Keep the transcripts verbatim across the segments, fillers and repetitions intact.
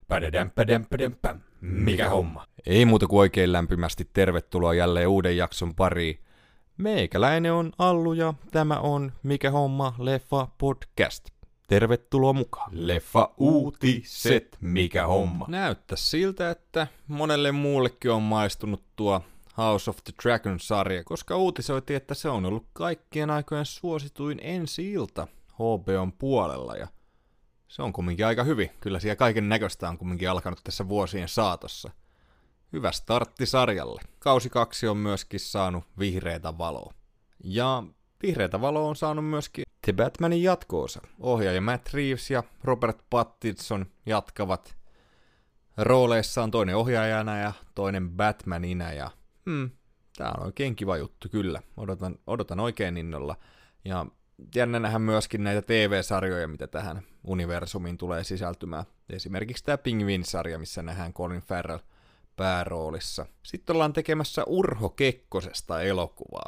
Padadämpädämpädämpä. Mikä homma? Ei muuta kuin oikein lämpimästi tervetuloa jälleen uuden jakson pariin. Meikäläinen on Allu ja tämä on Mikä homma leffa podcast. Tervetuloa mukaan. Leffa uutiset, mikä homma. Näyttää siltä, että monelle muullekin on maistunut tuo House of the Dragon-sarja, koska uutisoitiin, että se on ollut kaikkien aikojen suosituin ensi-ilta H B O:n puolella ja se on kumminkin aika hyvin. Kyllä siellä kaiken näköistä on kumminkin alkanut tässä vuosien saatossa. Hyvä startti sarjalle. Kausi kaksi on myöskin saanut vihreätä valoa. Ja vihreätä valoa on saanut myöskin The Batmanin jatko-osa. Ohjaaja Matt Reeves ja Robert Pattinson jatkavat rooleissaan, toinen ohjaajana ja toinen Batmanina. Ja hmm, tää on oikein kiva juttu kyllä. Odotan, odotan oikein innolla. Ja jännä nähdä myöskin näitä T V-sarjoja, mitä tähän universumiin tulee sisältymään. Esimerkiksi tämä Penguin-sarja, missä nähdään Colin Farrell pääroolissa. Sitten ollaan tekemässä Urho Kekkosesta elokuvaa.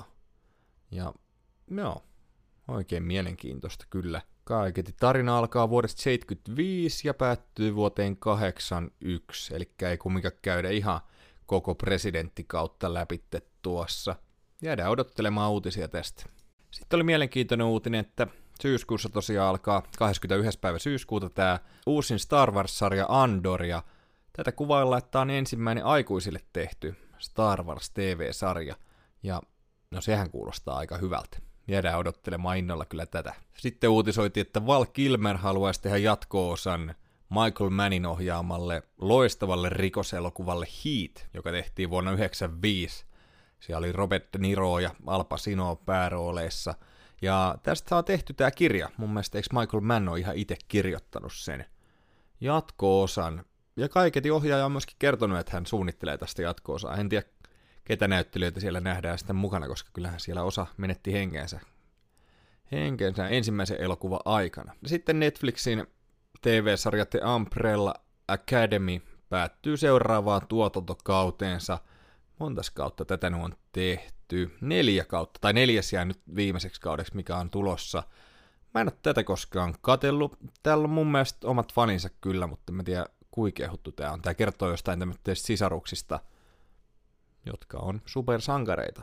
Ja joo, oikein mielenkiintoista kyllä. Kaiketi tarina alkaa vuodesta seitsemänkymmentäviisi ja päättyy vuoteen kahdeksankymmentäyksi, eli ei kumminkaan käydä ihan koko presidenttikautta läpitte tuossa. Jäädään odottelemaan uutisia tästä. Sitten oli mielenkiintoinen uutinen, että syyskuussa tosiaan alkaa kahdeskymmenesensimmäinen päivä syyskuuta tämä uusin Star Wars-sarja Andor, ja tätä kuvaillaan, että tämä on ensimmäinen aikuisille tehty Star Wars T V-sarja, ja no sehän kuulostaa aika hyvältä. Jäädään odottelemaan innolla kyllä tätä. Sitten uutisoitiin, että Val Kilmer haluaisi tehdä jatko-osan Michael Mannin ohjaamalle loistavalle rikoselokuvalle Heat, joka tehtiin vuonna yhdeksänkymmentäviisi. Siellä oli Robert De Niro ja Al Pacino päärooleissa. Ja tästä on tehty tämä kirja. Mun mielestä eikö Michael Mann ole ihan itse kirjoittanut sen jatko-osan. Ja kaiketi ohjaaja on myöskin kertonut, että hän suunnittelee tästä jatko-osaa. En tiedä, ketä näyttelijöitä siellä nähdään sitten mukana, koska kyllähän siellä osa menetti henkeensä, henkeensä ensimmäisen elokuvan aikana. Sitten Netflixin T V-sarja The Umbrella Academy päättyy seuraavaan tuotantokauteensa. Montas kautta tätä nyt on tehty? Neljä kautta, tai neljäs jää nyt viimeiseksi kaudeksi, mikä on tulossa. Mä en ole tätä koskaan katsellut. Täällä on mun mielestä omat faninsa kyllä, mutta mä en tiedä kuinka kehuttu tää on. Tää kertoo jostain tämmöistä sisaruksista, jotka on supersankareita.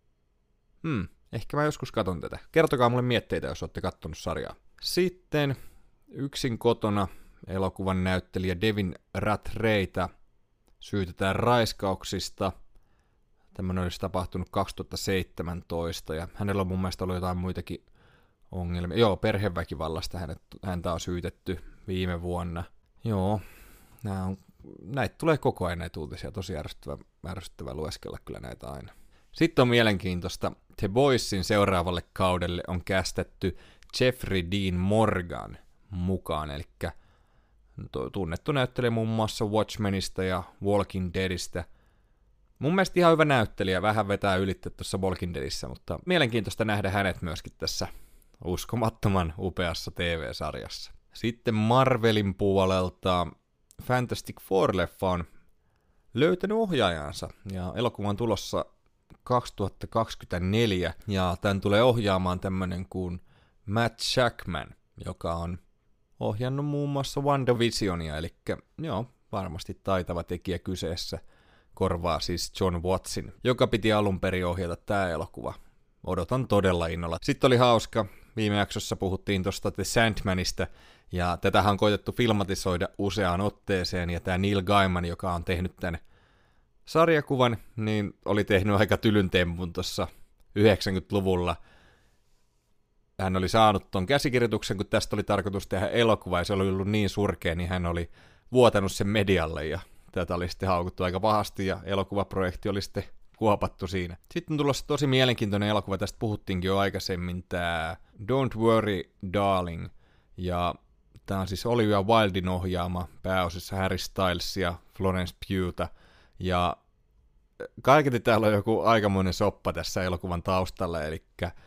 Hmm, ehkä mä joskus katon tätä. Kertokaa mulle mietteitä, jos olette kattonut sarjaa. Sitten Yksin kotona elokuvan näyttelijä Devin Rattrayta syytetään raiskauksista. Tämmöinen olisi tapahtunut kaksituhattaseitsemäntoista, ja hänellä on mun mielestä ollut jotain muitakin ongelmia. Joo, perheväkivallasta hänet, häntä on syytetty viime vuonna. Joo, nää on, näitä tulee koko ajan näitä uutisia, tosi ärsyttävä, ärsyttävä lueskella kyllä näitä aina. Sitten on mielenkiintoista, The Boysin seuraavalle kaudelle on kästetty Jeffrey Dean Morgan mukaan, eli tunnettu näyttelijä muun muassa Watchmenista ja Walking Deadistä. Mun mielestä ihan hyvä näyttelijä, vähän vetää ylittä tuossa Walking Deadissä, mutta mielenkiintoista nähdä hänet myöskin tässä uskomattoman upeassa T V-sarjassa. Sitten Marvelin puolelta Fantastic Four-leffa on löytänyt ohjaajansa, ja elokuva on tulossa kaksituhattakaksikymmentäneljä, ja tämän tulee ohjaamaan tämmönen kuin Matt Shakman, joka on ohjannut muun muassa WandaVisionia, eli joo, varmasti taitava tekijä kyseessä. Korvaa siis John Wattsin, joka piti alun perin ohjata tämä elokuva. Odotan todella innolla. Sitten oli hauska, viime jaksossa puhuttiin tuosta The Sandmanista, ja tätähän on koitettu filmatisoida useaan otteeseen, ja tämä Neil Gaiman, joka on tehnyt tämän sarjakuvan, niin oli tehnyt aika tylyn tempun tuossa yhdeksänkymmentäluvulla. Hän oli saanut ton käsikirjoituksen, kun tästä oli tarkoitus tehdä elokuva, ja se oli ollut niin surkea, niin hän oli vuotanut sen medialle, ja tätä oli sitten haukuttu aika pahasti, ja elokuvaprojekti oli sitten kuopattu siinä. Sitten on tulossa tosi mielenkiintoinen elokuva, tästä puhuttiinkin jo aikaisemmin, tämä Don't Worry Darling, ja tämä on siis Olivia Wildin ohjaama, pääosissa Harry Styles ja Florence Pughta, ja kaiketi täällä on joku aikamoinen soppa tässä elokuvan taustalla, eli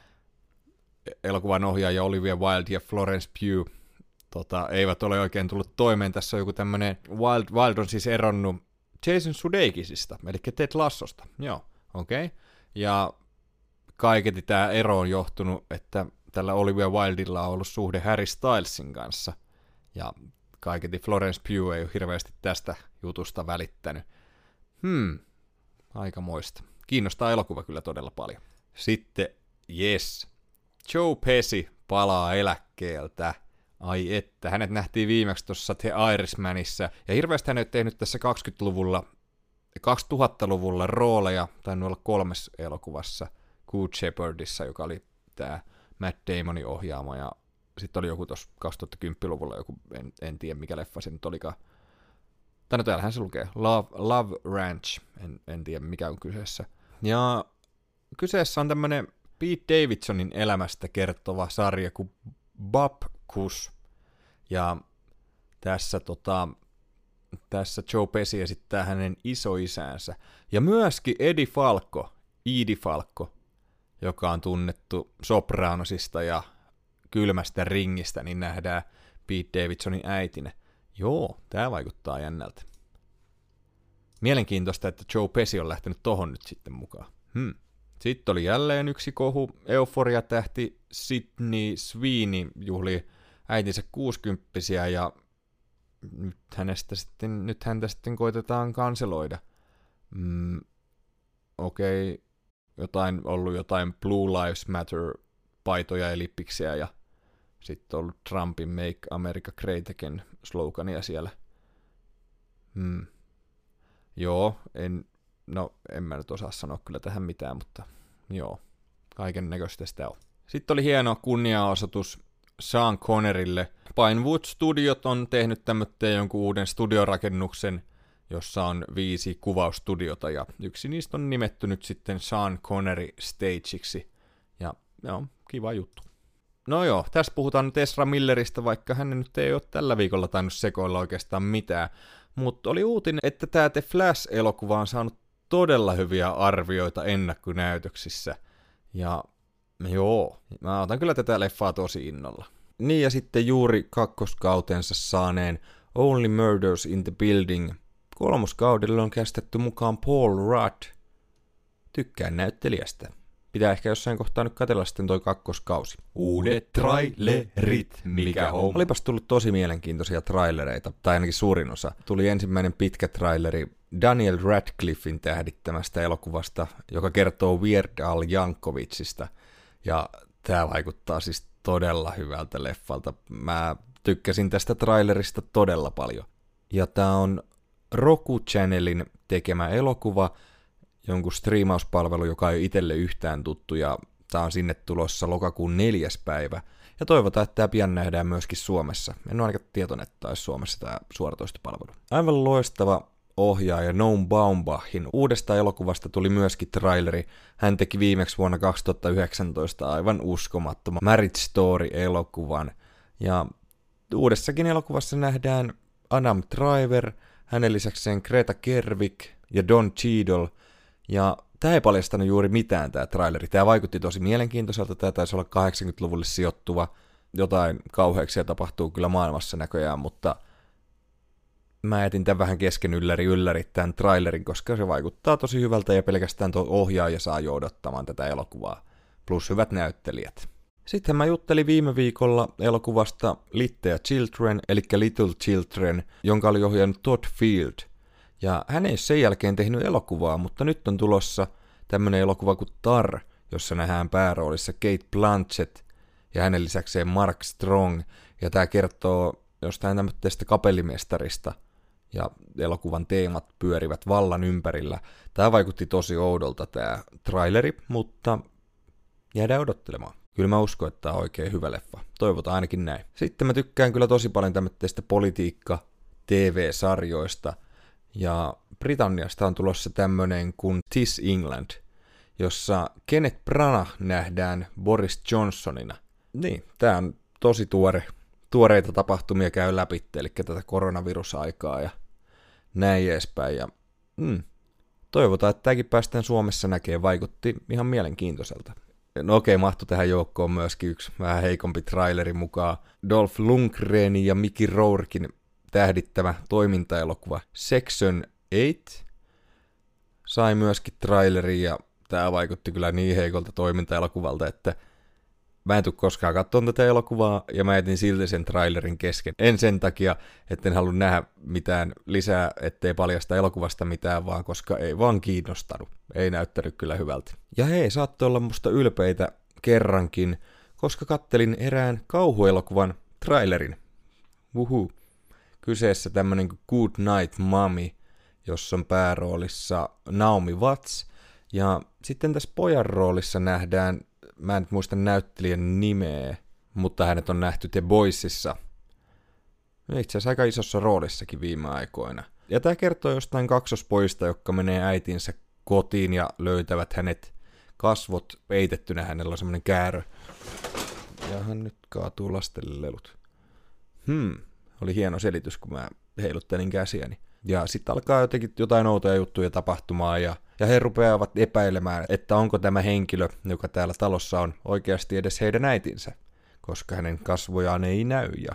elokuvan ohjaaja Olivia Wilde ja Florence Pugh tota, eivät ole oikein tullut toimeen. Tässä on joku tämmönen, Wild, Wild on siis eronnut Jason Sudeikisista, eli Ted Lassosta, joo, okei. Okay. Ja kaiketi tämä ero on johtunut, että tällä Olivia Wildella on ollut suhde Harry Stylesin kanssa, ja kaiketi Florence Pugh ei ole hirveästi tästä jutusta välittänyt. Hmm, aikamoista. Kiinnostaa elokuva kyllä todella paljon. Sitten, yes, Joe Pesci palaa eläkkeeltä. Ai että, hänet nähtiin viimeksi tuossa The Irishmanissa, ja hirveästi hän ei tehnyt tässä kaksikymmentäluvulla, kaksituhattaluvulla rooleja, tainnut olla kolmessa elokuvassa, Good Shepherdissa, joka oli tämä Matt Damonin ohjaama, ja sitten oli joku tuossa kaksituhattakymmenen-luvulla joku, en, en tiedä mikä leffa se nyt olikaan. Tai no täällähän se lukee, Love, Love Ranch, en, en tiedä mikä on kyseessä. Ja kyseessä on tämmönen Pete Davidsonin elämästä kertova sarja kuin Bupkis. Ja tässä, tota, tässä Joe Pesci esittää hänen isoisänsä. Ja myöskin Eddie Falco, Edie Falco, joka on tunnettu Sopranosista ja Kylmästä ringistä, niin nähdään Pete Davidsonin äitinä. Joo, tää vaikuttaa jännältä. Mielenkiintoista, että Joe Pesci on lähtenyt tohon nyt sitten mukaan. Hmm. Sitten oli jälleen yksi kohu. Euphoria-tähti Sydney Sweeney juhli äitinsä kuusikymppisiä ja nyt, hänestä sitten, nyt häntä sitten koitetaan kanseloida. Mm, Okei, okay. jotain, ollut jotain Blue Lives Matter-paitoja ja lippiksiä ja sitten ollut Trumpin Make America Great Again -slogania siellä. Hmm. Joo, en, no en mä nyt osaa sanoa kyllä tähän mitään, mutta joo, kaiken näköistä sitä on. Sitten oli hieno kunniaosoitus Sean Connerille. Pinewood Studiot on tehnyt tämmöinen jonkun uuden studiorakennuksen, jossa on viisi kuvausstudiota, ja yksi niistä on nimetty nyt sitten Sean Connery Stageiksi, ja joo, kiva juttu. No joo, tässä puhutaan nyt Ezra Milleristä, vaikka hän nyt ei ole tällä viikolla tainnut sekoilla oikeastaan mitään, mutta oli uutinen, että tämä The Flash-elokuva on saanut todella hyviä arvioita ennakkonäytöksissä, ja joo, mä otan kyllä tätä leffaa tosi innolla. Niin ja sitten juuri kakkoskautensa saaneen Only Murders in the Building kolmoskaudelle on kästetty mukaan Paul Rudd. Tykkään näyttelijästä. Pitää ehkä jossain kohtaa nyt katsella sitten toi kakkoskausi. Uudet trailerit, mikä on? Olipas tullut tosi mielenkiintoisia trailereita, tai ainakin suurin osa. Tuli ensimmäinen pitkä traileri Daniel Radcliffin tähdittämästä elokuvasta, joka kertoo Weird Al Yankovicista. Ja tää vaikuttaa siis todella hyvältä leffalta. Mä tykkäsin tästä trailerista todella paljon. Ja tää on Roku Channelin tekemä elokuva, jonkun striimauspalvelu, joka ei itselle yhtään tuttu, ja tää on sinne tulossa lokakuun neljäs päivä. Ja toivotaan, että tää pian nähdään myöskin Suomessa. En ole ainakaan tietoinen, että olisi Suomessa tää suoratoistopalvelu. Aivan loistava ohjaaja Noam Baumbachin uudesta elokuvasta tuli myöskin traileri. Hän teki viimeksi vuonna kaksituhattayhdeksäntoista aivan uskomattoman Marriage Story-elokuvan. Ja uudessakin elokuvassa nähdään Adam Driver, hänen lisäkseen Greta Gerwig ja Don Cheadle. Ja tää ei paljastanut juuri mitään tää traileri. Tää vaikutti tosi mielenkiintoiselta. Tää taisi olla kahdeksankymmentäluvulle sijoittuva. Jotain kauheuksia tapahtuu kyllä maailmassa näköjään, mutta mä jätin tämän vähän kesken ylläri ylläri tämän trailerin, koska se vaikuttaa tosi hyvältä ja pelkästään tuo ohjaaja saa jo odottamaan tätä elokuvaa. Plus hyvät näyttelijät. Sitten mä juttelin viime viikolla elokuvasta Little Children, eli Little Children, jonka oli ohjannut Todd Field. Ja hän ei sen jälkeen tehnyt elokuvaa, mutta nyt on tulossa tämmönen elokuva kuin Tar, jossa nähdään pääroolissa Cate Blanchett ja hänen lisäkseen Mark Strong. Ja tää kertoo jostain tämmöistä kapellimestarista, ja elokuvan teemat pyörivät vallan ympärillä. Tää vaikutti tosi oudolta tää traileri, mutta jäädään odottelemaan. Kyllä mä uskon, että tää on oikein hyvä leffa. Toivotaan ainakin näin. Sitten mä tykkään kyllä tosi paljon tämmöistä politiikka-T V-sarjoista. Ja Britanniasta on tulossa tämmönen kuin This England, jossa Kenneth Branagh nähdään Boris Johnsonina. Niin, tää on tosi tuore. Tuoreita tapahtumia käy läpi, eli tätä koronavirusaikaa ja näin edespäin. Ja, mm, toivotaan, että tämäkin päästään Suomessa näkee. Vaikutti ihan mielenkiintoiselta. No okei, mahtui tähän joukkoon myöskin yksi vähän heikompi traileri mukaan. Dolph Lundgrenin ja Mickey Rourken tähdittävä toimintaelokuva Section kahdeksan sai myöskin traileri, ja tämä vaikutti kyllä niin heikolta toimintaelokuvalta, että Mä en tule koskaan katsomaan tätä elokuvaa, ja mä jätin silti sen trailerin kesken. En sen takia, etten halua nähdä mitään lisää, ettei paljasta elokuvasta mitään, vaan koska ei vaan kiinnostanut. Ei näyttänyt kyllä hyvältä. Ja hei, saatte olla musta ylpeitä kerrankin, koska kattelin erään kauhuelokuvan trailerin. Wuhu. Kyseessä tämmönen Good Night Mommy, jossa on pääroolissa Naomi Watts. Ja sitten tässä pojan roolissa nähdään, mä en muista näyttelijän nimeä, mutta hänet on nähty The Boysissa. Itse asiassa aika isossa roolissakin viime aikoina. Ja tää kertoo jostain kaksospojista, jotka menee äitinsä kotiin ja löytävät hänet kasvot peitettynä. Hänellä on semmonen käärö. Ja hän nyt kaatuu lasten lelut. Hmm, oli hieno selitys, kun mä heiluttelin käsiäni. Ja sitten alkaa jotenkin jotain outoja juttuja tapahtumaan ja, ja he rupeavat epäilemään, että onko tämä henkilö, joka täällä talossa on, oikeasti edes heidän äitinsä, koska hänen kasvojaan ei näy. Ja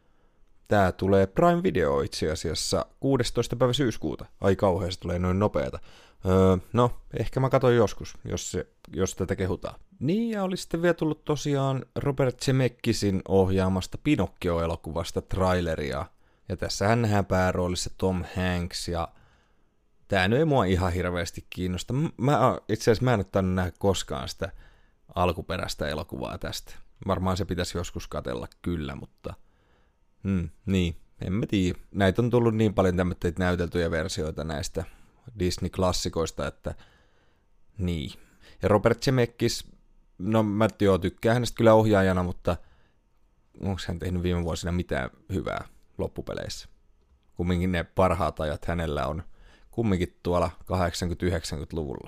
tää tulee Prime Video itse asiassa kuudestoista päivä syyskuuta. Ai kauhean, se tulee noin nopeata. Öö, no, ehkä mä katon joskus, jos, se, jos tätä kehutaan. Niin, ja oli sitten vielä tullut tosiaan Robert Zemeckisen ohjaamasta Pinocchio-elokuvasta traileria. Ja tässähän nähdään pääroolissa Tom Hanks, ja tää nyt ei mua ihan hirveästi kiinnosta. Mä, itse asiassa mä en ole tainnut nähdä koskaan sitä alkuperäistä elokuvaa tästä. Varmaan se pitäisi joskus katsella kyllä, mutta hmm, niin, en mä tiedä. Näitä on tullut niin paljon tämmöitä näyteltyjä versioita näistä Disney-klassikoista, että niin. Ja Robert Zemeckis, no mä joo, tykkään hänestä kyllä ohjaajana, mutta onko hän tehnyt viime vuosina mitään hyvää loppupeleissä? Kumminkin ne parhaat ajat hänellä on kumminkin tuolla kahdeksankymmentä-yhdeksänkymmentäluvulla.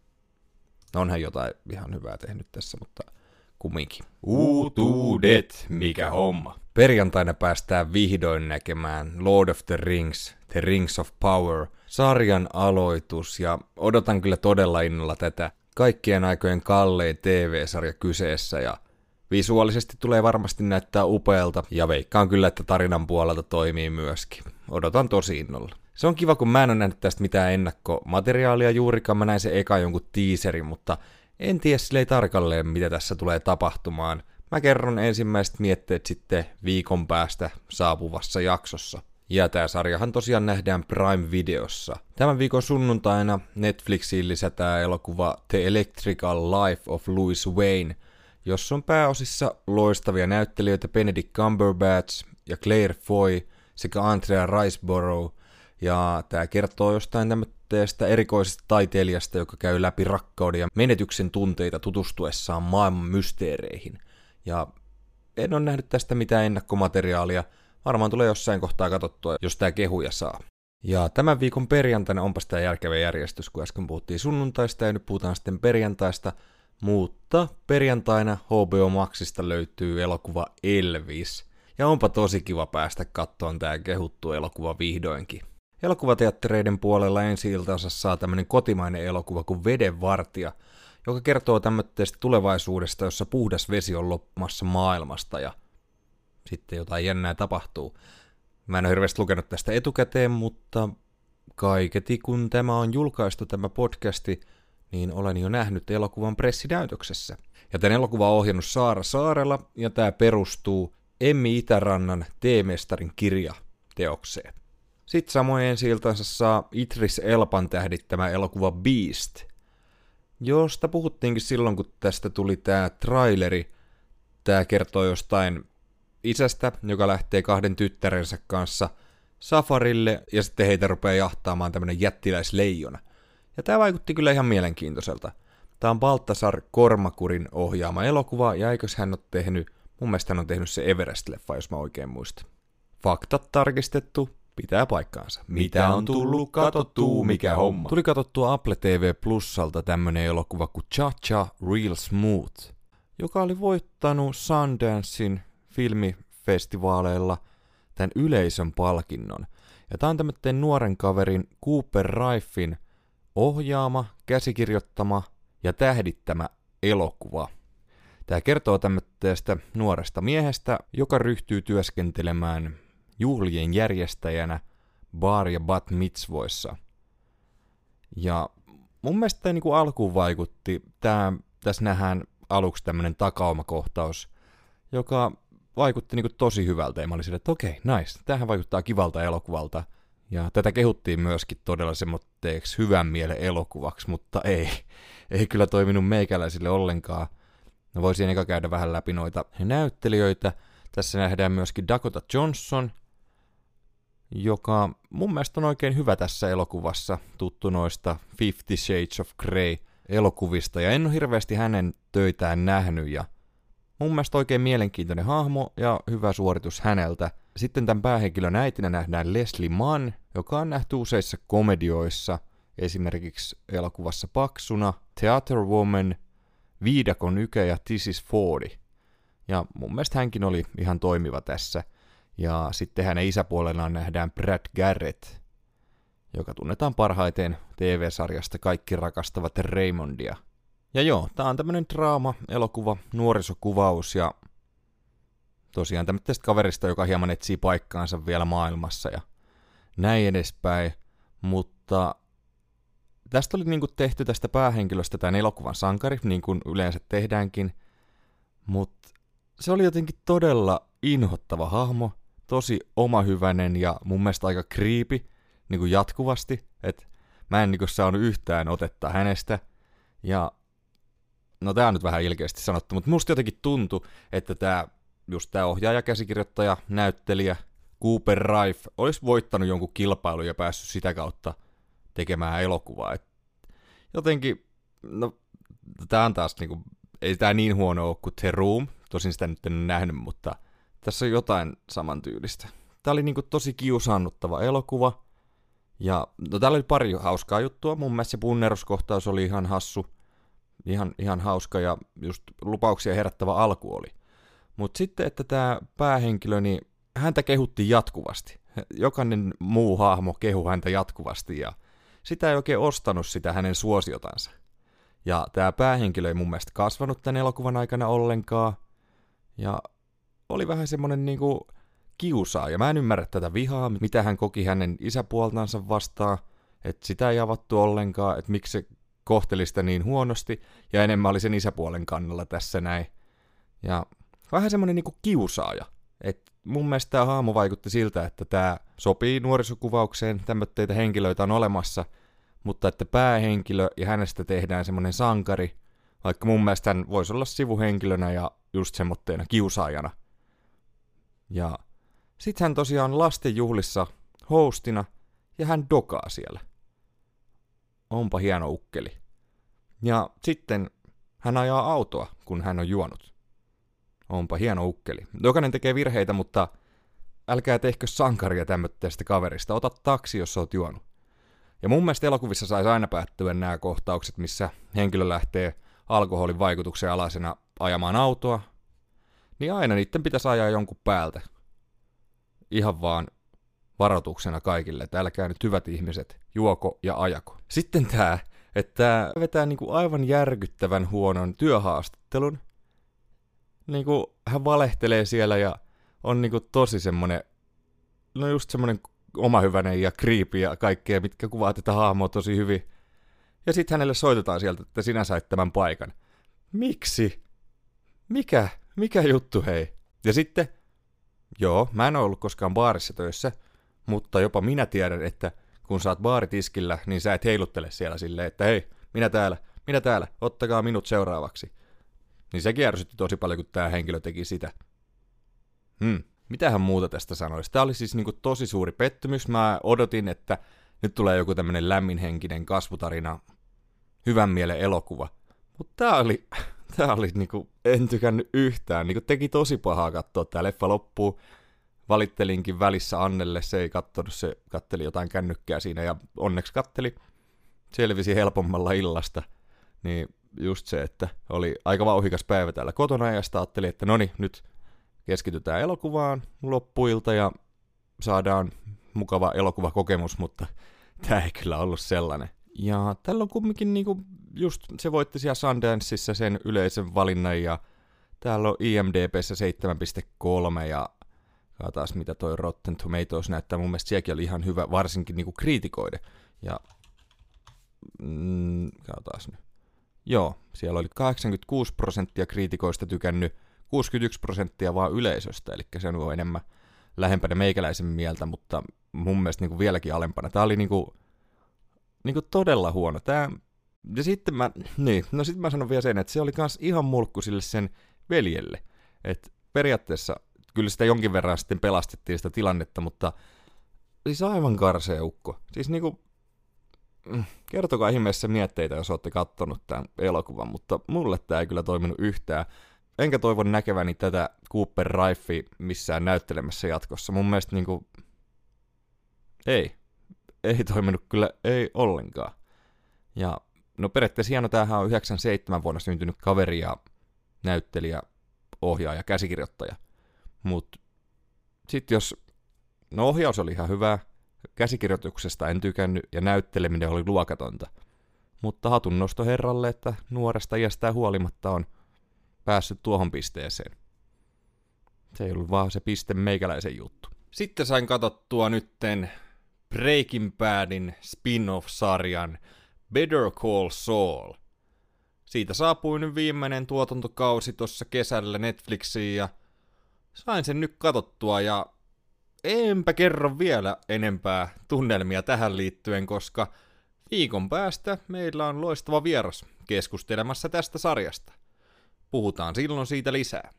Onhan jotain ihan hyvää tehnyt tässä, mutta kumminkin. Uutuudet, mikä homma. Perjantaina päästään vihdoin näkemään Lord of the Rings, The Rings of Power, sarjan aloitus, ja odotan kyllä todella innolla tätä kaikkien aikojen kallein T V-sarja kyseessä, ja visuaalisesti tulee varmasti näyttää upealta, ja veikkaan kyllä, että tarinan puolelta toimii myöskin. Odotan tosi innolla. Se on kiva, kun mä en ole nähnyt tästä mitään ennakkomateriaalia juurikaan, mä näin sen eka jonkun teaserin, mutta en tiedä silleen tarkalleen, mitä tässä tulee tapahtumaan. Mä kerron ensimmäiset mietteet sitten viikon päästä saapuvassa jaksossa. Ja tää sarjahan tosiaan nähdään Prime Videossa. Tämän viikon sunnuntaina Netflixiin lisätään elokuva The Electrical Life of Louis Wayne, jossa on pääosissa loistavia näyttelijöitä Benedict Cumberbatch ja Claire Foy sekä Andrea Riseborough. Ja tää kertoo jostain tämmöistä erikoisesta taiteilijasta, joka käy läpi rakkauden ja menetyksen tunteita tutustuessaan maailman mysteereihin. Ja en ole nähnyt tästä mitään ennakkomateriaalia. Varmaan tulee jossain kohtaa katsottua, jos tää kehuja saa. Ja tämän viikon perjantaina onpas tää järkevä järjestys, kun äsken puhuttiin sunnuntaista ja nyt puhutaan sitten perjantaista. Mutta perjantaina H B O Maxista löytyy elokuva Elvis. Ja onpa tosi kiva päästä kattoon tää kehuttu elokuva vihdoinkin. Elokuvateattereiden puolella ensi-iltansa saa tämmönen kotimainen elokuva kuin Vedenvartija, joka kertoo tämmöistä tulevaisuudesta, jossa puhdas vesi on loppumassa maailmasta ja sitten jotain jännää tapahtuu. Mä en ole hirveästi lukenut tästä etukäteen, mutta kaiketi kun tämä on julkaistu tämä podcasti, niin olen jo nähnyt elokuvan pressinäytöksessä. Ja tämän elokuvan on ohjannut Saara Saarela, ja tämä perustuu Emmi Itärannan T-mestarin kirjateokseen. Sitten samoin ensi-iltansa saa Idris Elban tähdittämä elokuva Beast, josta puhuttiinkin silloin, kun tästä tuli tämä traileri. Tämä kertoo jostain isästä, joka lähtee kahden tyttärensä kanssa safarille, ja sitten heitä rupeaa jahtaamaan tämmönen jättiläisleijona. Ja tämä vaikutti kyllä ihan mielenkiintoiselta. Tämä on Baltasar Kormakurin ohjaama elokuva, ja eikös hän ole tehnyt, mun mielestä hän on tehnyt se Everest-leffa, jos mä oikein muistan. Faktat tarkistettu, pitää paikkaansa. Mitä on tullut katsottua, mikä homma? Tuli katsottua Apple T V Plusalta tämmönen elokuva kuin Cha Cha Real Smooth, joka oli voittanut Sundancein filmifestivaaleilla tämän yleisön palkinnon. Ja tää on tämmönen nuoren kaverin Cooper Raifin ohjaama, käsikirjoittama ja tähdittämä elokuva. Tää kertoo tämmöistä nuoresta miehestä, joka ryhtyy työskentelemään juhlien järjestäjänä bar- ja bat mitzvoissa. Ja mun mielestä tää niinku alkuun vaikutti, tää, tässä nähdään aluksi tämmönen takaumakohtaus, joka vaikutti niinku tosi hyvältä. Ja mä olin silleen, että okei, nice, tämähän vaikuttaa kivalta elokuvalta. Ja tätä kehuttiin myöskin todella semmoitteeksi hyvän mielen elokuvaksi, mutta ei. Ei kyllä toiminut meikäläisille ollenkaan. No voisin eka käydä vähän läpi noita näyttelijöitä. Tässä nähdään myöskin Dakota Johnson, joka mun mielestä on oikein hyvä tässä elokuvassa, tuttu noista Fifty Shades of Grey elokuvista, ja en ole hirveästi hänen töitään nähnyt, ja mun mielestä oikein mielenkiintoinen hahmo ja hyvä suoritus häneltä. Sitten tämän päähenkilön äitinä nähdään Leslie Mann, joka on nähty useissa komedioissa, esimerkiksi elokuvassa Paksuna, Theater Woman, Viidakon Ykä ja This is neljäkymmentä. Ja mun mielestä hänkin oli ihan toimiva tässä. Ja sitten hänen isäpuolellaan nähdään Brad Garrett, joka tunnetaan parhaiten T V-sarjasta Kaikki rakastavat Raymondia. Ja joo, tää on tämmönen draama, elokuva, nuorisokuvaus ja tosiaan tämmöisestä kaverista, joka hieman etsii paikkaansa vielä maailmassa ja näin edespäin. Mutta tästä oli niinku tehty tästä päähenkilöstä tämän elokuvan sankari, niin kuin yleensä tehdäänkin. Mutta se oli jotenkin todella inhottava hahmo, tosi omahyväinen ja mun mielestä aika creepy niinku jatkuvasti. Et mä en niinku saanut yhtään otetta hänestä. Ja no tää on nyt vähän ilkeästi sanottu, mutta musta jotenkin tuntui, että tää, just tää ohjaaja, käsikirjoittaja, näyttelijä, Cooper Raiff olisi voittanut jonkun kilpailun ja päässyt sitä kautta tekemään elokuvaa. Et jotenkin, no tää on taas niinku, ei tää niin huono ole kuin The Room, tosin sitä nyt en ole nähnyt, mutta tässä on jotain samantyylistä. Tää oli niinku tosi kiusaannuttava elokuva, ja no täällä oli pari hauskaa juttua, mun mielestä se punneruskohtaus oli ihan hassu, ihan, ihan hauska ja just lupauksia herättävä alku oli. Mutta sitten, että tämä päähenkilö, niin häntä kehuttiin jatkuvasti. Jokainen muu hahmo kehu häntä jatkuvasti ja sitä ei oikein ostanut sitä hänen suosiotansa. Ja tämä päähenkilö ei mun mielestä kasvanut tämän elokuvan aikana ollenkaan. Ja oli vähän semmonen niinku kiusaa. Ja mä en ymmärrä tätä vihaa, mitä hän koki hänen isäpuoltansa vastaan. Että sitä ei avattu ollenkaan, että miksi se kohteli sitä niin huonosti. Ja enemmän oli sen isäpuolen kannalla tässä näin. Ja vähän semmonen niinku kiusaaja. Et mun mielestä tämä hahmo vaikutti siltä, että tämä sopii nuorisokuvaukseen, tämmöitä henkilöitä on olemassa, mutta että päähenkilö ja hänestä tehdään semmonen sankari, vaikka mun mielestä hän voisi olla sivuhenkilönä ja just semmoitteena kiusaajana. Ja sit hän tosiaan lastenjuhlissa hostina ja hän dokaa siellä. Onpa hieno ukkeli. Ja sitten hän ajaa autoa, kun hän on juonut. Onpa hieno ukkeli. Jokainen tekee virheitä, mutta älkää tehkö sankaria tämmöistä kaverista. Ota taksi, jos oot juonut. Ja mun mielestä elokuvissa saisi aina päättyä nämä kohtaukset, missä henkilö lähtee alkoholin vaikutuksen alaisena ajamaan autoa. Niin aina niiden pitäisi ajaa jonkun päältä. Ihan vaan varoituksena kaikille, että älkää nyt hyvät ihmiset, juoko ja ajako. Sitten tää, että tää vetää niinku aivan järkyttävän huonon työhaastattelun. Niinku hän valehtelee siellä ja on niinku tosi semmonen, no just semmonen omahyvänen ja creepy ja kaikkea, mitkä kuvaa tätä hahmoa tosi hyvin. Ja sitten hänelle soitetaan sieltä, että sinä sait tämän paikan. Miksi? Mikä? Mikä juttu hei? Ja sitten, joo, mä en ole ollut koskaan baarissa töissä, mutta jopa minä tiedän, että kun sä oot baaritiskillä, niin sä et heiluttele siellä silleen, että hei, minä täällä, minä täällä, ottakaa minut seuraavaksi. Niin sekin ärsytti tosi paljon, kun tää henkilö teki sitä. Hmm, mitähän muuta tästä sanoisi? Tää oli siis niinku tosi suuri pettymys. Mä odotin, että nyt tulee joku tämmönen lämminhenkinen kasvutarina, hyvän mielen elokuva. Mutta tää oli, tää oli niinku, en tykännyt yhtään. Niinku teki tosi pahaa katsoa tää leffa loppuu. Valittelinkin välissä Annelle, se ei kattonut, se katteli jotain kännykkää siinä ja onneksi katteli. Selvisi helpommalla illasta. Niin just se, että oli aika vauhikas päivä täällä kotona ja sitä ajattelin, että noni, nyt keskitytään elokuvaan loppuilta ja saadaan mukava elokuvakokemus, mutta tää ei kyllä ollut sellainen. Ja tällä on kumminkin niinku, just se voitti siellä Sundanceissa sen yleisen valinnan ja täällä on I M D B:ssä seitsemän pilkku kolme ja katsotaan mitä toi Rotten Tomatoes näyttää, mun mielestä sielläkin oli ihan hyvä, varsinkin niinku kriitikoiden. Ja mm, katsotaan nyt. Joo, siellä oli kahdeksankymmentäkuusi prosenttia kriitikoista tykännyt, kuusikymmentäyksi prosenttia vaan yleisöstä, eli se on enemmän lähempänä meikäläisen mieltä, mutta mun mielestä niin kuin vieläkin alempana. Tää oli niin kuin, niin kuin todella huono. Tää, ja sitten mä, niin, no sitten mä sanon vielä sen, että se oli kans ihan mulkku sille sen veljelle. Et periaatteessa kyllä sitä jonkin verran sitten pelastettiin sitä tilannetta, mutta siis aivan karsea ukko. Siis niinku, kertokaa ihmeessä mietteitä, jos olette kattonut tämän elokuvan, mutta mulle tää ei kyllä toiminut yhtään. Enkä toivon näkeväni tätä Cooper Raifia missään näyttelemässä jatkossa. Mun mielestä niinku, ei, ei toiminut kyllä, ei ollenkaan. Ja no periaatteessa hieno, tämähän on yhdeksänkymmentäseitsemän vuonna syntynyt kaveri ja näyttelijä, ohjaaja, käsikirjoittaja. Mut sit jos, no ohjaus oli ihan hyvä, käsikirjoituksesta en tykännyt ja näytteleminen oli luokatonta. Mutta hatunnosto herralle, että nuoresta iästään huolimatta on päässyt tuohon pisteeseen. Se ei ollut vaan se piste meikäläisen juttu. Sitten sain katsottua nytten Breaking Badin spin-off-sarjan Better Call Saul. Siitä saapui nyt viimeinen tuotantokausi tuossa kesällä Netflixiin ja sain sen nyt katsottua ja enpä kerro vielä enempää tunnelmia tähän liittyen, koska viikon päästä meillä on loistava vieras keskustelemassa tästä sarjasta. Puhutaan silloin siitä lisää.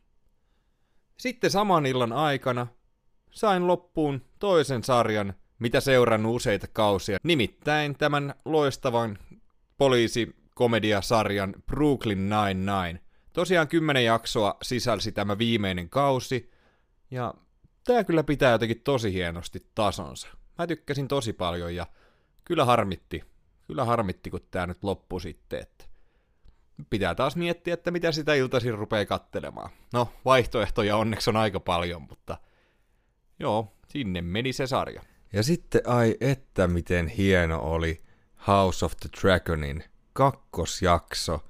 Sitten saman illan aikana sain loppuun toisen sarjan, mitä seurannut useita kausia, nimittäin tämän loistavan poliisikomediasarjan Brooklyn Nine-Nine. Tosiaan kymmenen jaksoa sisälsi tämä viimeinen kausi, ja tää kyllä pitää jotenkin tosi hienosti tasonsa. Mä tykkäsin tosi paljon, ja kyllä harmitti, kyllä harmitti, kun tää nyt loppui sitten, että pitää taas miettiä, että mitä sitä iltaisin rupeaa kattelemaan. No, vaihtoehtoja onneksi on aika paljon, mutta joo, sinne meni se sarja. Ja sitten ai että miten hieno oli House of the Dragonin kakkosjakso.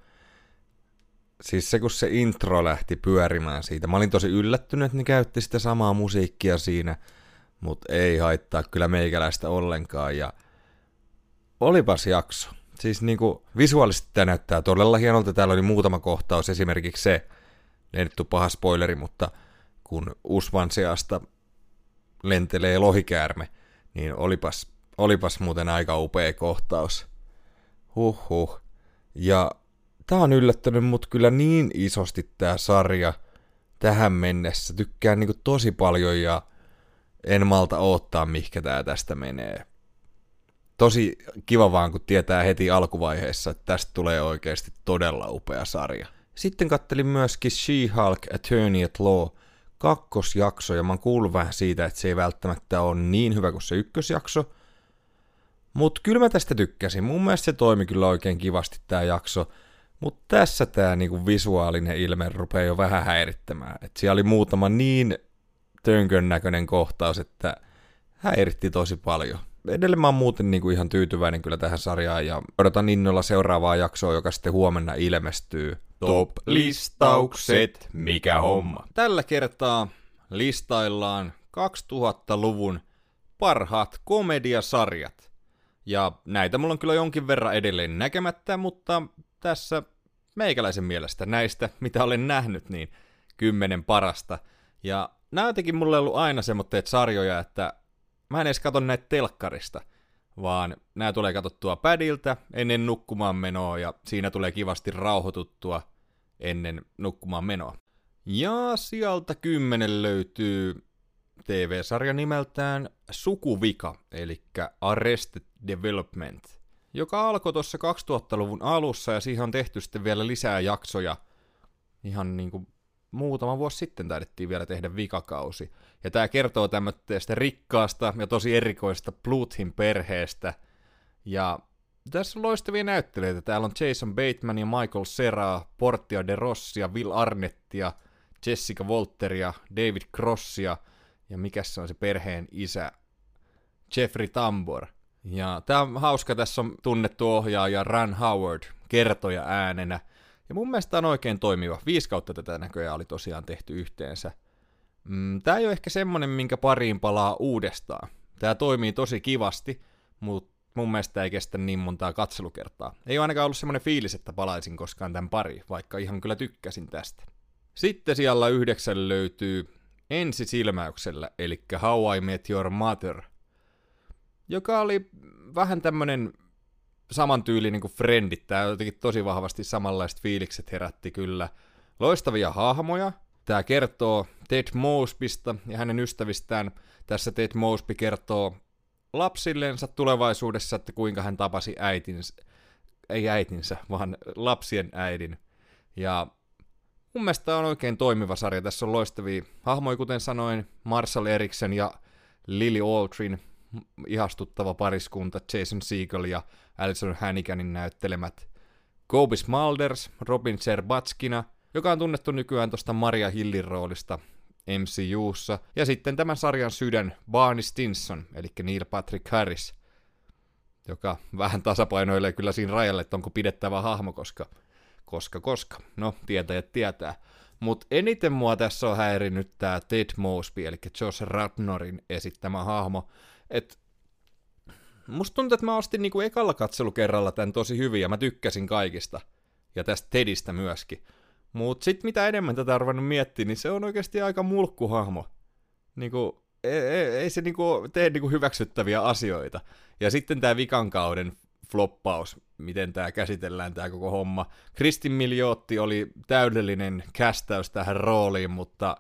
Siis se kun se intro lähti pyörimään siitä. Mä olin tosi yllättynyt, että ne käytti sitä samaa musiikkia siinä, mutta ei haittaa kyllä meikäläistä ollenkaan. Ja olipas jakso. Siis niinku visuaalisesti tämä näyttää todella hienolta. Täällä oli muutama kohtaus, esimerkiksi se, ei nyt paha spoileri, mutta kun Usvan seasta lentelee lohikäärme, niin olipas, olipas muuten aika upea kohtaus. Huhhuh. Ja tää on yllättänyt mut kyllä niin isosti tää sarja tähän mennessä. Tykkään niinku tosi paljon ja en malta odottaa, mihinkä tää tästä menee. Tosi kiva vaan, kun tietää heti alkuvaiheessa, että tästä tulee oikeasti todella upea sarja. Sitten kattelin myöskin She-Hulk Attorney at Law kakkosjakso, ja mä oon kuullut vähän siitä, että se ei välttämättä ole niin hyvä kuin se ykkösjakso. Mut kyllä mä tästä tykkäsin. Mun mielestä se toimi kyllä oikein kivasti tää jakso. Mut tässä tää niinku visuaalinen ilme rupeaa jo vähän häirittämään. Et siellä oli muutama niin tönkön näköinen kohtaus, että häiritti tosi paljon. Edelleen mä oon muuten niinku ihan tyytyväinen kyllä tähän sarjaan ja odotan innolla seuraavaa jaksoa, joka sitten huomenna ilmestyy. Top-listaukset, mikä homma. Tällä kertaa listaillaan kaksituhattaluvun parhaat komediasarjat. Ja näitä mulla on kyllä jonkin verran edelleen näkemättä, mutta tässä meikäläisen mielestä näistä, mitä olen nähnyt, niin kymmenen parasta. Ja nämä jotenkin mulle on ollut aina semmoitteet sarjoja, että mä en edes katso näitä telkkarista, vaan nämä tulee katsottua pädiltä ennen nukkumaan menoa ja siinä tulee kivasti rauhoituttua ennen nukkumaan menoa. Ja sieltä kymmenen löytyy T V-sarja nimeltään Sukuvika, eli Arrested Development, joka alkoi tuossa kaksituhattaluvun alussa ja siihen on tehty sitten vielä lisää jaksoja. Ihan niinku muutama vuosi sitten taidettiin vielä tehdä vikakausi. Ja tää kertoo tämmöistä rikkaasta ja tosi erikoista Bluthin perheestä. Ja tässä on loistavia näyttelijöitä. Täällä on Jason Bateman ja Michael Cera, Portia de Rossia, Will Arnettia, Jessica Walteria, David Crossia ja mikä se on se perheen isä, Jeffrey Tambor. Ja tää on hauska, tässä on tunnettu ohjaaja Ron Howard kertoja äänenä. Ja mun mielestä on oikein toimiva. Viisi kautta tätä näköjään oli tosiaan tehty yhteensä. Mm, tää ei ole ehkä semmonen, minkä pariin palaa uudestaan. Tää toimii tosi kivasti, mutta mun mielestä ei kestä niin montaa katselukertaa. Ei ole ainakaan ollut semmoinen fiilis, että palaisin koskaan tämän pariin, vaikka ihan kyllä tykkäsin tästä. Sitten siellä yhdeksän löytyy Ensisilmäyksellä, eli How I Met Your Mother, joka oli vähän tämmönen samantyylinen kuin Friendit. Tää jotenkin tosi vahvasti samanlaiset fiilikset herätti kyllä. Loistavia hahmoja. Tää kertoo Ted Mosbysta ja hänen ystävistään. Tässä Ted Mosby kertoo lapsilleensa tulevaisuudessa, että kuinka hän tapasi äitinsä, ei äitinsä, vaan lapsien äidin. Ja mun mielestä on oikein toimiva sarja. Tässä on loistavia hahmoja, kuten sanoin, Marshall Eriksen ja Lily Aldrin, ihastuttava pariskunta, Jason Segel ja Alison Hanniganin näyttelemät Kobe Smulders, Robin Zerbatskina, joka on tunnettu nykyään tuosta Maria Hillin roolista M C U:ssa, ja sitten tämän sarjan sydän Barney Stinson, eli Neil Patrick Harris, joka vähän tasapainoilee kyllä siinä rajalle, että onko pidettävä hahmo, koska, koska, koska, no tietäjät tietää. Mutta eniten mua tässä on häirinyt tää Ted Mosby, eli Josh Radnorin esittämä hahmo, et musta tuntuu, että mä ostin niinku ekalla katselukerralla tän tosi hyvin, ja mä tykkäsin kaikista, ja tästä Tedistä myöskin. Mut sit mitä enemmän tätä on ruvennut miettimään, niin se on oikeasti aika mulkkuhahmo. Niinku, ei, ei, ei se niinku tee niinku hyväksyttäviä asioita. Ja sitten tää vikan kauden floppaus, miten tää käsitellään tää koko homma. Kristin Milioti oli täydellinen kästäys tähän rooliin, mutta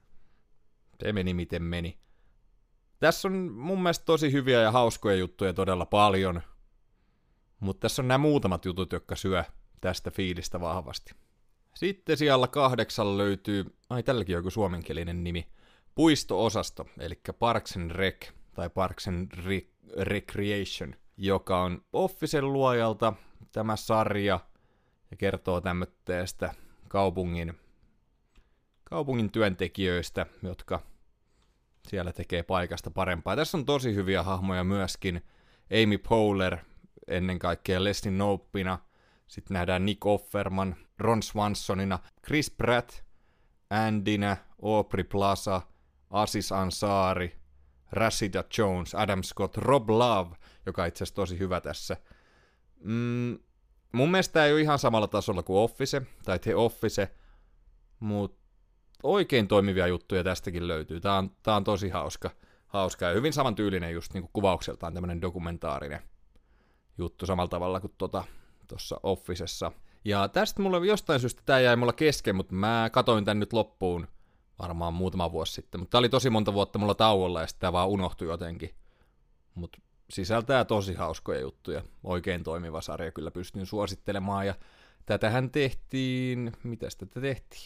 se meni miten meni. Tässä on mun mielestä tosi hyviä ja hauskoja juttuja todella paljon, mutta tässä on nämä muutamat jutut, jotka syö tästä fiilistä vahvasti. Sitten siellä kahdeksan löytyy, ai tälläkin on joku suomenkielinen nimi, Puisto-osasto, eli Parks and Rec, tai Parks and Re- Recreation, joka on Officen luojalta tämä sarja, ja kertoo tämmöistä kaupungin, kaupungin työntekijöistä, jotka siellä tekee paikasta parempaa. Tässä on tosi hyviä hahmoja myöskin. Amy Poehler, ennen kaikkea Leslie Knowpena. Sitten nähdään Nick Offerman, Ron Swansonina, Chris Pratt, Andynä, Aubrey Plaza, Aziz Ansari, Rashida Jones, Adam Scott, Rob Love, joka on itse asiassa tosi hyvä tässä. Mm, mun mielestä tämä ei ole ihan samalla tasolla kuin Office, tai The Office, mutta oikein toimivia juttuja tästäkin löytyy. Tää on, tää on tosi hauska, hauska ja hyvin samantyylinen just niinku kuvaukseltaan tämmönen dokumentaarinen juttu samalla tavalla kuin tuossa tota, Officessa. Ja tästä mulla jostain syystä tää jäi mulla kesken, mutta mä katoin tän nyt loppuun varmaan muutama vuosi sitten. Mutta tää oli tosi monta vuotta mulla tauolla ja sitten tää vaan unohtui jotenkin. Mutta sisältää tosi hauskoja juttuja. Oikein toimiva sarja kyllä pystyn suosittelemaan. Ja tätähän tehtiin, mitäs tätä tehtiin?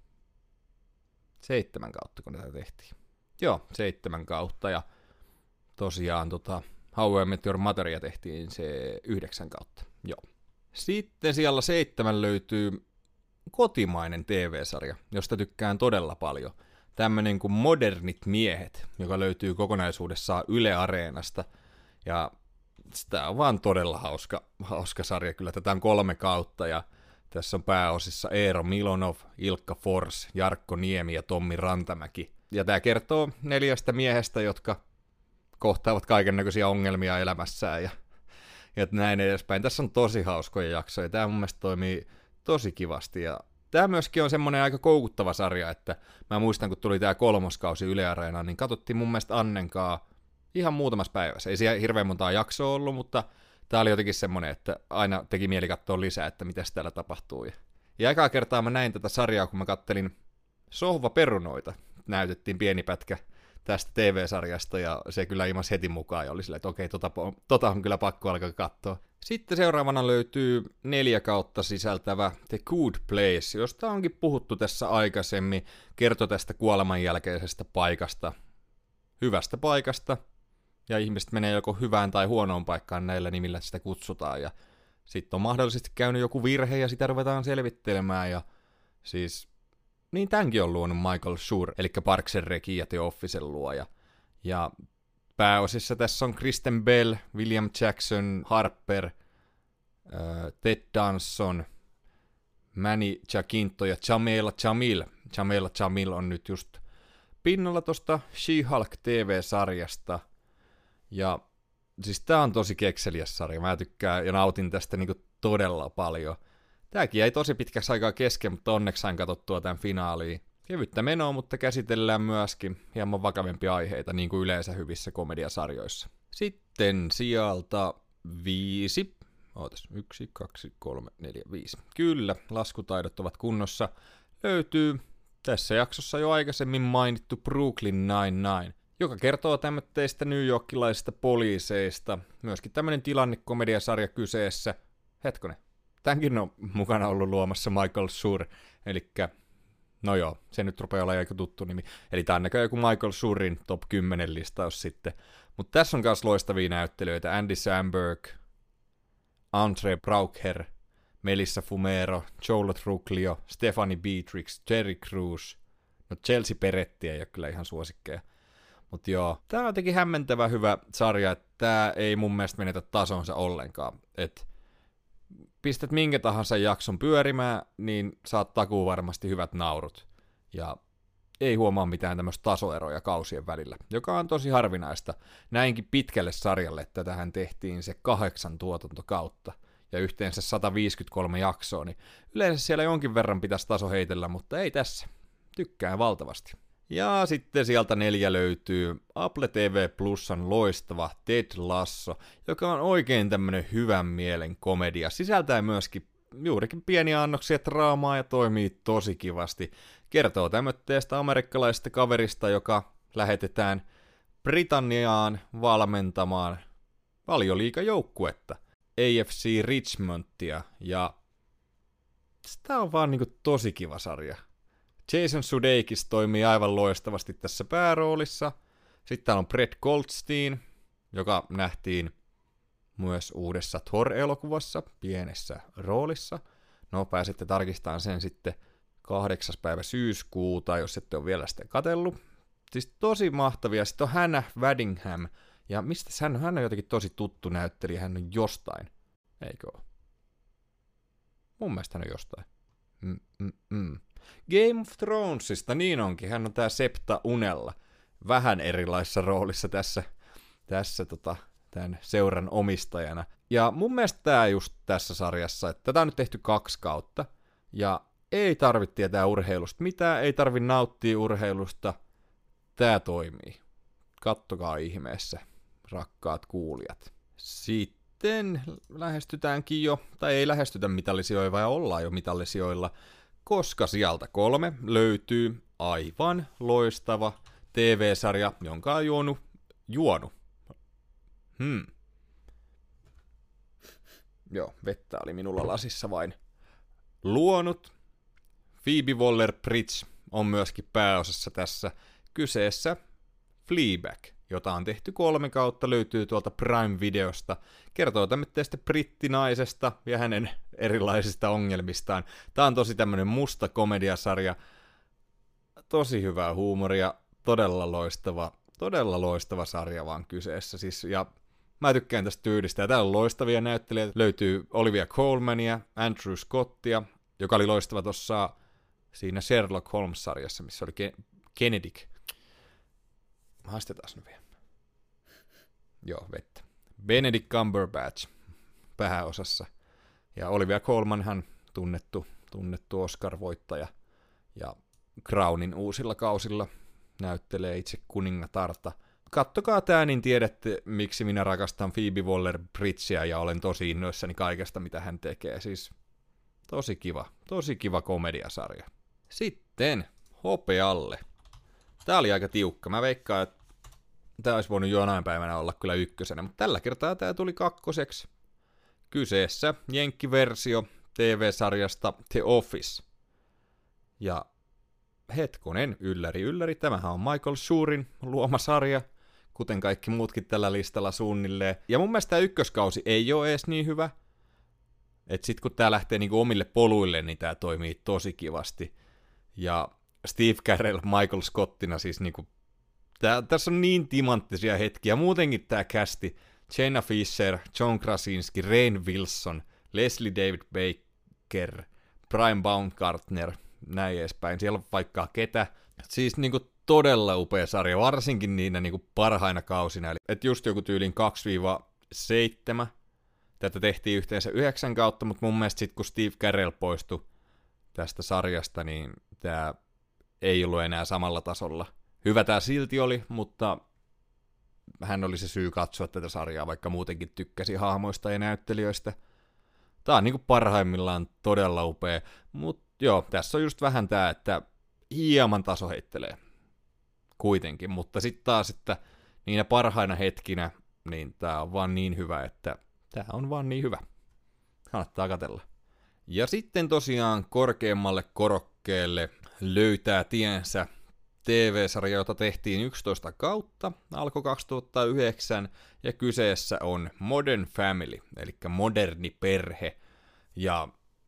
Seitsemän kautta, kun tätä tehtiin. Joo, seitsemän kautta, ja tosiaan tota, How I Met Your Motheria tehtiin se yhdeksän kautta. Joo. Sitten siellä seitsemän löytyy kotimainen T V-sarja, josta tykkään todella paljon. Tämmönen kuin Modernit miehet, joka löytyy kokonaisuudessaan Yle Areenasta. Ja sitä on vaan todella hauska, hauska sarja, kyllä tätä on kolme kautta, ja tässä on pääosissa Eero Milonov, Ilkka Fors, Jarkko Niemi ja Tommi Rantamäki. Ja tämä kertoo neljästä miehestä, jotka kohtaavat kaikennäköisiä ongelmia elämässään ja, ja näin edespäin. Tässä on tosi hauskoja jaksoja. Tämä mun mielestä toimii tosi kivasti. Ja tämä myöskin on semmoinen aika koukuttava sarja, että mä muistan, kun tuli tämä kolmoskausi Yle Areenaan, niin katsottiin mun mielestä Annenkaa ihan muutamassa päivässä. Ei siellä hirveän montaa jaksoa ollut, mutta tää oli jotenkin semmonen, että aina teki mieli katsoa lisää, että mitäs täällä tapahtuu. Ja ekaa kertaa mä näin tätä sarjaa, kun mä kattelin Sohvaperunoita. Näytettiin pieni pätkä tästä T V-sarjasta, ja se kyllä imasi heti mukaan, ja oli silleen, että okei, tota, tota on kyllä pakko alkaa katsoa. Sitten seuraavana löytyy neljä kautta sisältävä The Good Place, josta onkin puhuttu tässä aikaisemmin. Kertoi tästä kuoleman jälkeisestä paikasta, hyvästä paikasta, ja ihmiset menee joko hyvään tai huonoon paikkaan näillä nimillä sitä kutsutaan, ja sitten on mahdollisesti käynyt joku virhe, ja sitä ruvetaan selvittelemään, ja siis niin tämänkin on luonut Michael Schur, eli Parks and Rec ja The Officen luoja. Ja pääosissa tässä on Kristen Bell, William Jackson, Harper, äh, Ted Danson, Manny Giacinto ja Jamela Jamil. Jamela Jamil on nyt just pinnalla tosta She-Hulk T V-sarjasta. Ja siis tää on tosi kekseliäs sarja. Mä tykkään ja nautin tästä niinku todella paljon. Tääkin jäi tosi pitkäksi aikaa kesken, mutta onneksi sain katsottua tämän finaaliin. Kevyttä menoa, mutta käsitellään myöskin hieman vakavempia aiheita, niin kuin yleensä hyvissä komediasarjoissa. Sitten sieltä viisi. Ootas, yksi, kaksi, kolme, neljä, viisi. Kyllä, laskutaidot ovat kunnossa. Löytyy tässä jaksossa jo aikaisemmin mainittu Brooklyn Nine-Nine, joka kertoo tämmöistä New Yorkilaisista poliiseista. Myöskin tämmöinen tilannekomediasarja kyseessä. Hetkonen, tämänkin on mukana ollut luomassa Michael Schur, elikkä no joo, se nyt rupeaa olla aika tuttu nimi. Eli tää on näköjään joku Michael Schurin top kymmenen listaus sitten. Mutta tässä on myös loistavia näyttelijöitä. Andy Samberg, Andre Braugher, Melissa Fumero, Joel Truglio, Stephanie Beatrix, Terry Crews. No Chelsea Peretti ei ole kyllä ihan suosikkeja. Mutta joo, tää on jotenkin hämmentävä hyvä sarja, että tää ei mun mielestä menetä tasonsa ollenkaan. Et pistät minkä tahansa jakson pyörimään, niin saat takuu varmasti hyvät naurut. Ja ei huomaa mitään tämmöistä tasoeroja kausien välillä, joka on tosi harvinaista. Näinkin pitkälle sarjalle, että tähän tehtiin se kahdeksan tuotantokautta ja yhteensä sata viisikymmentäkolme jaksoa, niin yleensä siellä jonkin verran pitäisi taso heitellä, mutta ei tässä. Tykkään valtavasti. Ja sitten sieltä neljä löytyy Apple T V Plusan loistava Ted Lasso, joka on oikein tämmönen hyvän mielen komedia. Sisältää myöskin juurikin pieniä annoksia draamaa ja toimii tosi kivasti. Kertoo tämmöistä amerikkalaisesta kaverista, joka lähetetään Britanniaan valmentamaan valioliigajoukkuetta, A F C Richmondia, ja sitä on vaan niinku tosi kiva sarja. Jason Sudeikis toimii aivan loistavasti tässä pääroolissa. Sitten täällä on Brett Goldstein, joka nähtiin myös uudessa Thor-elokuvassa pienessä roolissa. No, pääsette tarkistamaan sen sitten kahdeksas päivä syyskuuta, jos ette ole vielä sitä katsellut. Siis tosi mahtavia. Sitten on Hannah Waddingham. Ja mistä hän on? Hän on jotenkin tosi tuttu näyttelijä. Hän on jostain. Eikö ole? Mun mielestä hän on jostain. Mm-mm-mm. Game of Thronesista, niin onkin. Hän on tää Septa Unella. Vähän erilaisessa roolissa tässä, tässä tota, tämän seuran omistajana. Ja mun mielestä tää just tässä sarjassa, että tätä on nyt tehty kaksi kautta. Ja ei tarvitse tietää urheilusta mitään, ei tarvi nauttia urheilusta. Tää toimii. Kattokaa ihmeessä, rakkaat kuulijat. Sitten lähestytäänkin jo, tai ei lähestytä mitallisijoilla, vai ollaan jo mitallisijoilla, koska sieltä kolme löytyy aivan loistava T V-sarja, jonka on juonut, juonut. Hmm. Joo, vettä oli minulla lasissa vain. Luonut. Phoebe Waller-Bridge on myöskin pääosassa tässä. Kyseessä Fleabag, jota on tehty kolme kautta, löytyy tuolta Prime-videosta. Kertoo tämmöistä brittinaisesta ja hänen erilaisista ongelmistaan. Tää on tosi tämmönen musta komediasarja. Tosi hyvää huumoria, todella loistava, todella loistava sarja vaan kyseessä. Siis, ja mä tykkään tästä tyylistä. Ja täällä on loistavia näyttelijöitä. Löytyy Olivia Colmania, Andrew Scottia, joka oli loistava tuossa siinä Sherlock Holmes-sarjassa, missä oli Ke- Kennedy. Haistetaan nyt vielä. Joo, vettä. Benedict Cumberbatch pääosassa. Ja Olivia Colmanhan tunnettu, tunnettu Oscar-voittaja. Ja Crownin uusilla kausilla näyttelee itse kuningatarta. Kattokaa tää, niin tiedätte, miksi minä rakastan Phoebe Waller-Bridgeä ja olen tosi innoissani kaikesta, mitä hän tekee. Siis tosi kiva, tosi kiva komediasarja. Sitten Hopealle. Tää oli aika tiukka. Mä veikkaan, että tää olisi voinut jonain päivänä olla kyllä ykkösenä, mutta tällä kertaa tää tuli kakkoseksi. Kyseessä jenkkiversio T V-sarjasta The Office. Ja hetkonen, ylläri ylläri, tämähän on Michael Schurin luoma sarja, kuten kaikki muutkin tällä listalla suunnilleen. Ja mun mielestä tää ykköskausi ei ole edes niin hyvä. Et sit kun tää lähtee niinku omille poluille, niin tää toimii tosi kivasti. Ja Steve Carell Michael Scottina siis niinku, tää, tässä on niin timanttisia hetkiä. Muutenkin tää kästi, Jenna Fisher, John Krasinski, Rainn Wilson, Leslie David Baker, Brian Baumgartner, näin edespäin. Siellä on vaikka ketä. Siis niinku todella upea sarja, varsinkin niinä niinku parhaina kausina. Eli et just joku tyylin kaksi seitsemän. Tätä tehtiin yhteensä yhdeksän kautta, mutta mun mielestä sitten kun Steve Carell poistui tästä sarjasta, niin tämä ei ollut enää samalla tasolla. Hyvä tämä silti oli, mutta hän oli se syy katsoa tätä sarjaa, vaikka muutenkin tykkäsi hahmoista ja näyttelijöistä. Tää on niinku parhaimmillaan todella upea, mutta joo, tässä on just vähän tää, että hieman taso heittelee kuitenkin, mutta sitten taas, että niinä parhaina hetkinä, niin tää on vaan niin hyvä, että tää on vaan niin hyvä. Kannattaa katsella. Ja sitten tosiaan korkeammalle korokkeelle löytää tiensä T V-sarja, jota tehtiin yksitoista kautta, alkoi kaksituhattayhdeksän, ja kyseessä on Modern Family, eli moderni perhe. Ja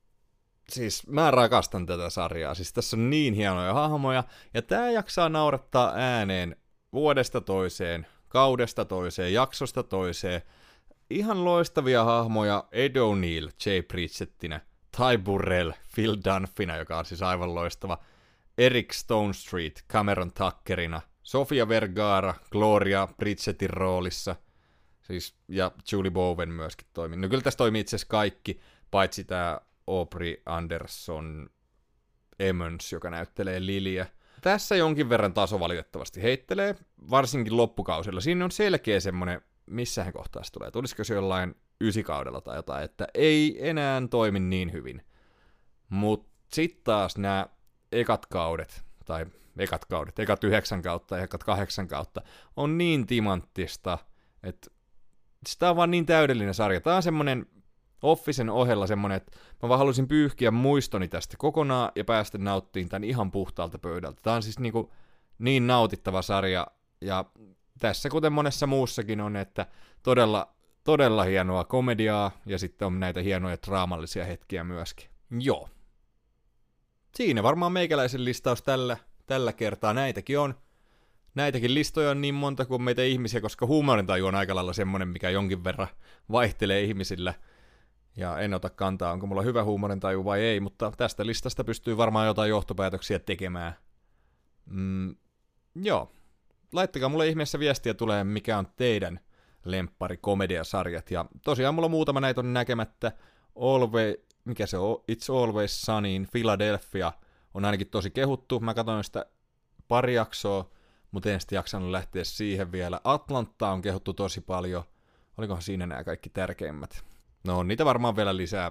siis mä rakastan tätä sarjaa, siis tässä on niin hienoja hahmoja, ja tää jaksaa naurattaa ääneen vuodesta toiseen, kaudesta toiseen, jaksosta toiseen. Ihan loistavia hahmoja, Ed O'Neill, Jay Pritchettinä, Ty Burrell, Phil Dunphina, joka on siis aivan loistava, Eric Stonestreet, Cameron Tuckerina, Sofia Vergara, Gloria Pritchettin roolissa, siis, ja Julie Bowen myöskin toimii. No kyllä tässä toimii itse asiassa kaikki, paitsi tämä Aubrey Anderson Emmons, joka näyttelee Lilyä. Tässä jonkin verran taso valitettavasti heittelee, varsinkin loppukausilla. Siinä on selkeä semmoinen, missähän kohtaa se tulee. Tulisiko se jollain ysikaudella tai jotain, että ei enää toimi niin hyvin. Mutta sitten taas nämä ekat kaudet, tai ekat kaudet, ekat yhdeksän kautta ja ekat kahdeksan kautta, on niin timanttista, että sitä on vaan niin täydellinen sarja. Tämä on semmoinen Officen ohella semmoinen, että mä vaan haluaisin pyyhkiä muistoni tästä kokonaan ja päästä nauttiin tämän ihan puhtaalta pöydältä. Tämä on siis niinku niin nautittava sarja, ja tässä kuten monessa muussakin on, että todella, todella hienoa komediaa, ja sitten on näitä hienoja draamallisia hetkiä myöskin. Joo. Siinä varmaan meikäläisen listaus tällä, tällä kertaa. Näitäkin on. Näitäkin listoja on niin monta kuin meitä ihmisiä, koska huumorintaju on aika lailla semmoinen, mikä jonkin verran vaihtelee ihmisillä. Ja en ota kantaa, onko mulla hyvä huumorintaju vai ei, mutta tästä listasta pystyy varmaan jotain johtopäätöksiä tekemään. Mm, joo. Laittakaa mulle ihmeessä viestiä tulee, mikä on teidän lemppari komediasarjat. Ja tosiaan mulla muutama näitä on näkemättä. Always, mikä se on? It's Always Sunny in Philadelphia on ainakin tosi kehuttu. Mä katsoin sitä pari jaksoa, mutta en sitten jaksanut lähteä siihen vielä. Atlanta on kehuttu tosi paljon. Olikohan siinä nämä kaikki tärkeimmät? No on niitä varmaan vielä lisää,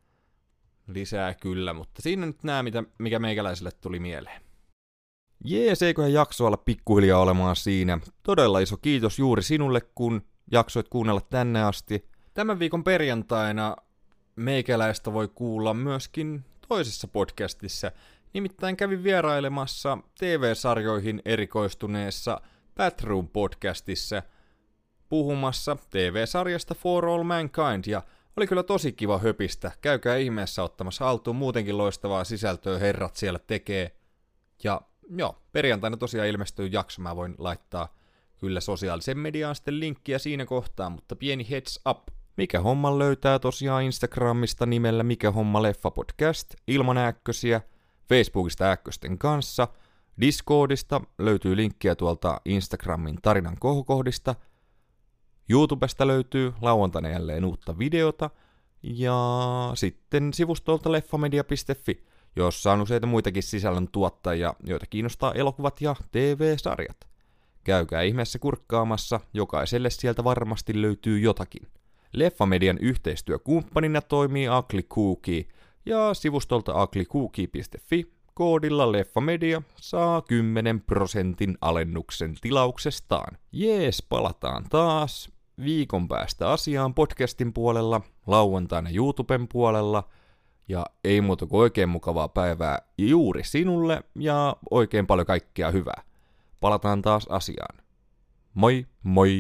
lisää kyllä, mutta siinä nyt nämä, mitä, mikä meikäläiselle tuli mieleen. Jees, eiköhän jakso olla pikkuhiljaa olemaan siinä. Todella iso kiitos juuri sinulle, kun jaksoit kuunnella tänne asti. Tämän viikon perjantaina meikäläistä voi kuulla myöskin toisessa podcastissa. Nimittäin kävin vierailemassa T V-sarjoihin erikoistuneessa Batroom-podcastissa puhumassa T V-sarjasta For All Mankind, ja oli kyllä tosi kiva höpistä. Käykää ihmeessä ottamassa haltuun, muutenkin loistavaa sisältöä herrat siellä tekee. Ja joo, perjantaina tosiaan ilmestyy jakso, mä voin laittaa kyllä sosiaalisen mediaan sitten linkkiä siinä kohtaa, mutta pieni heads up. Mikä homma löytää tosiaan Instagramista nimellä Mikä homma leffa podcast, ilman ääkkösiä, Facebookista ääkkösten kanssa, Discordista löytyy linkkiä tuolta Instagramin tarinan kohokohdista, YouTubesta löytyy lauantaina jälleen uutta videota, ja sitten sivustolta leffamedia piste fi, jossa on useita muitakin sisällön tuottajia, joita kiinnostaa elokuvat ja T V-sarjat. Käykää ihmeessä kurkkaamassa, jokaiselle sieltä varmasti löytyy jotakin. Leffamedian yhteistyökumppanina toimii Ugly Cookie, ja sivustolta ugly cookie piste fi koodilla Leffamedia saa kymmenen prosentin alennuksen tilauksestaan. Jees, palataan taas viikon päästä asiaan podcastin puolella, lauantaina YouTuben puolella, ja ei muuta kuin oikein mukavaa päivää juuri sinulle, ja oikein paljon kaikkea hyvää. Palataan taas asiaan. Moi, moi!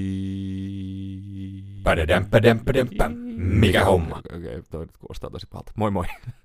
Pädädäm, pädäm, pädäm, päm. Mikä homma? Okei, okay, toi nyt kuulostaa tosi pahalta. Moi moi!